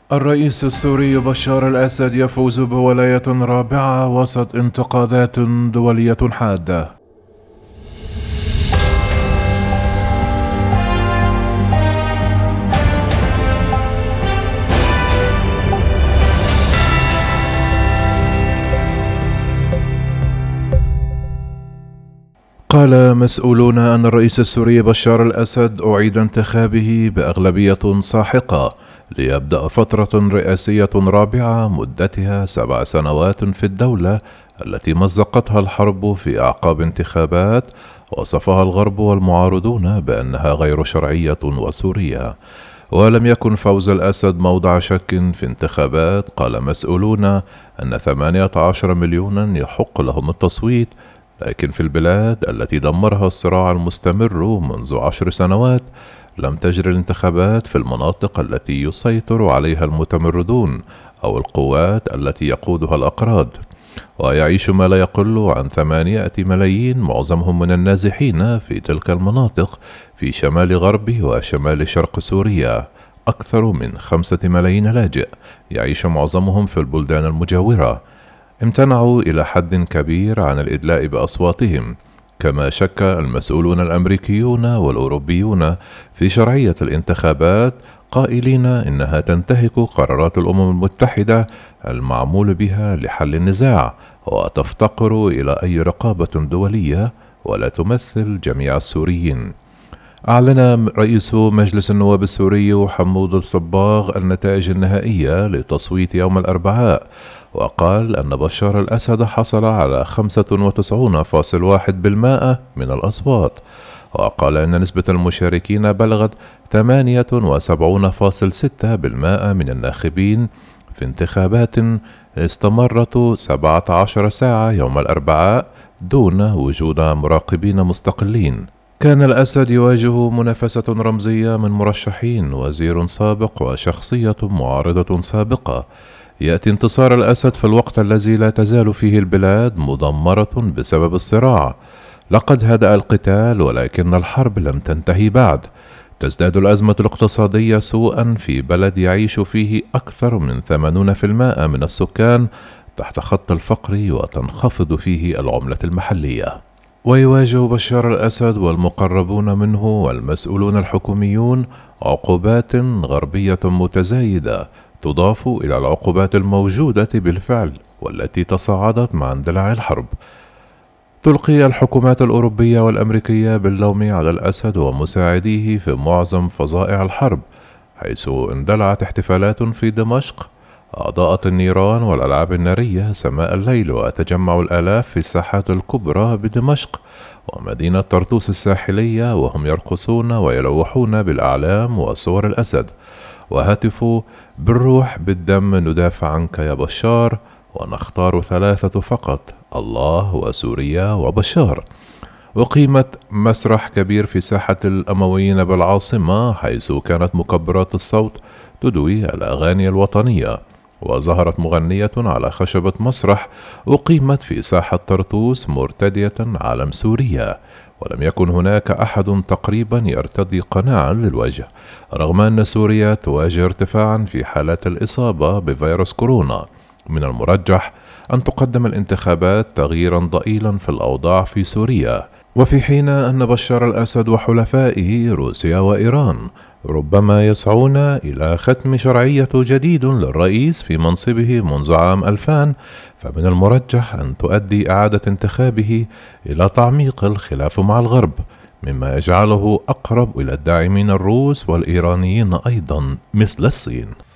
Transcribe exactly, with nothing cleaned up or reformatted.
الرئيس السوري بشار الأسد يفوز بولاية رابعة وسط انتقادات دولية حادة. قال مسؤولون أن الرئيس السوري بشار الأسد أعيد انتخابه بأغلبية ساحقة ليبدأ فترة رئاسية رابعة مدتها سبع سنوات في الدولة التي مزقتها الحرب في أعقاب انتخابات وصفها الغرب والمعارضون بأنها غير شرعية وسورية. ولم يكن فوز الأسد موضع شك في انتخابات. قال مسؤولون أن ثمانية عشر مليونا يحق لهم التصويت، لكن في البلاد التي دمرها الصراع المستمر منذ عشر سنوات لم تجري الانتخابات في المناطق التي يسيطر عليها المتمردون أو القوات التي يقودها الأقراض، ويعيش ما لا يقل عن ثمانية ملايين معظمهم من النازحين في تلك المناطق في شمال غرب وشمال شرق سوريا. أكثر من خمسة ملايين لاجئ يعيش معظمهم في البلدان المجاورة. امتنعوا إلى حد كبير عن الإدلاء بأصواتهم، كما شك المسؤولون الأمريكيون والأوروبيون في شرعية الانتخابات، قائلين إنها تنتهك قرارات الأمم المتحدة المعمول بها لحل النزاع وتفتقر إلى أي رقابة دولية ولا تمثل جميع السوريين. أعلن رئيس مجلس النواب السوري حمود الصباغ النتائج النهائية لتصويت يوم الأربعاء، وقال أن بشار الأسد حصل على خمسة وتسعين فاصلة واحد بالمئة من الأصوات، وقال أن نسبة المشاركين بلغت ثمانية وسبعين فاصلة ستة بالمئة من الناخبين في انتخابات استمرت سبعة عشر ساعة يوم الأربعاء دون وجود مراقبين مستقلين. كان الأسد يواجه منافسة رمزية من مرشحين، وزير سابق وشخصية معارضة سابقة. يأتي انتصار الأسد في الوقت الذي لا تزال فيه البلاد مدمرة بسبب الصراع. لقد هدأ القتال، ولكن الحرب لم تنتهي بعد. تزداد الأزمة الاقتصادية سوءا في بلد يعيش فيه أكثر من ثمانين بالمئة من السكان تحت خط الفقر، وتنخفض فيه العملة المحلية. ويواجه بشار الأسد والمقربون منه والمسؤولون الحكوميون عقوبات غربية متزايدة تضاف إلى العقوبات الموجودة بالفعل والتي تصاعدت مع اندلاع الحرب. تلقي الحكومات الأوروبية والأمريكية باللوم على الأسد ومساعديه في معظم فظائع الحرب، حيث اندلعت احتفالات في دمشق، أضاءت النيران والألعاب النارية سماء الليل، وتجمع الآلاف في الساحات الكبرى بدمشق ومدينة طرطوس الساحلية وهم يرقصون ويلوحون بالأعلام وصور الأسد، وهتفوا بالروح بالدم ندافع عنك يا بشار، ونختار ثلاثة فقط: الله وسوريا وبشار. وقيمت مسرح كبير في ساحة الأمويين بالعاصمة، حيث كانت مكبرات الصوت تدوي الأغاني الوطنية، وظهرت مغنية على خشبة مسرح أقيمت في ساحة طرطوس مرتدية علم سوريا، ولم يكن هناك أحد تقريبا يرتدي قناعا للوجه، رغم أن سوريا تواجه ارتفاعا في حالات الإصابة بفيروس كورونا. من المرجح أن تقدم الانتخابات تغييرا ضئيلا في الأوضاع في سوريا، وفي حين أن بشار الأسد وحلفائه روسيا وإيران ربما يسعون إلى ختم شرعية جديد للرئيس في منصبه منذ عام ألفين، فمن المرجح أن تؤدي إعادة انتخابه إلى تعميق الخلاف مع الغرب، مما يجعله أقرب إلى الداعمين الروس والإيرانيين أيضا مثل الصين.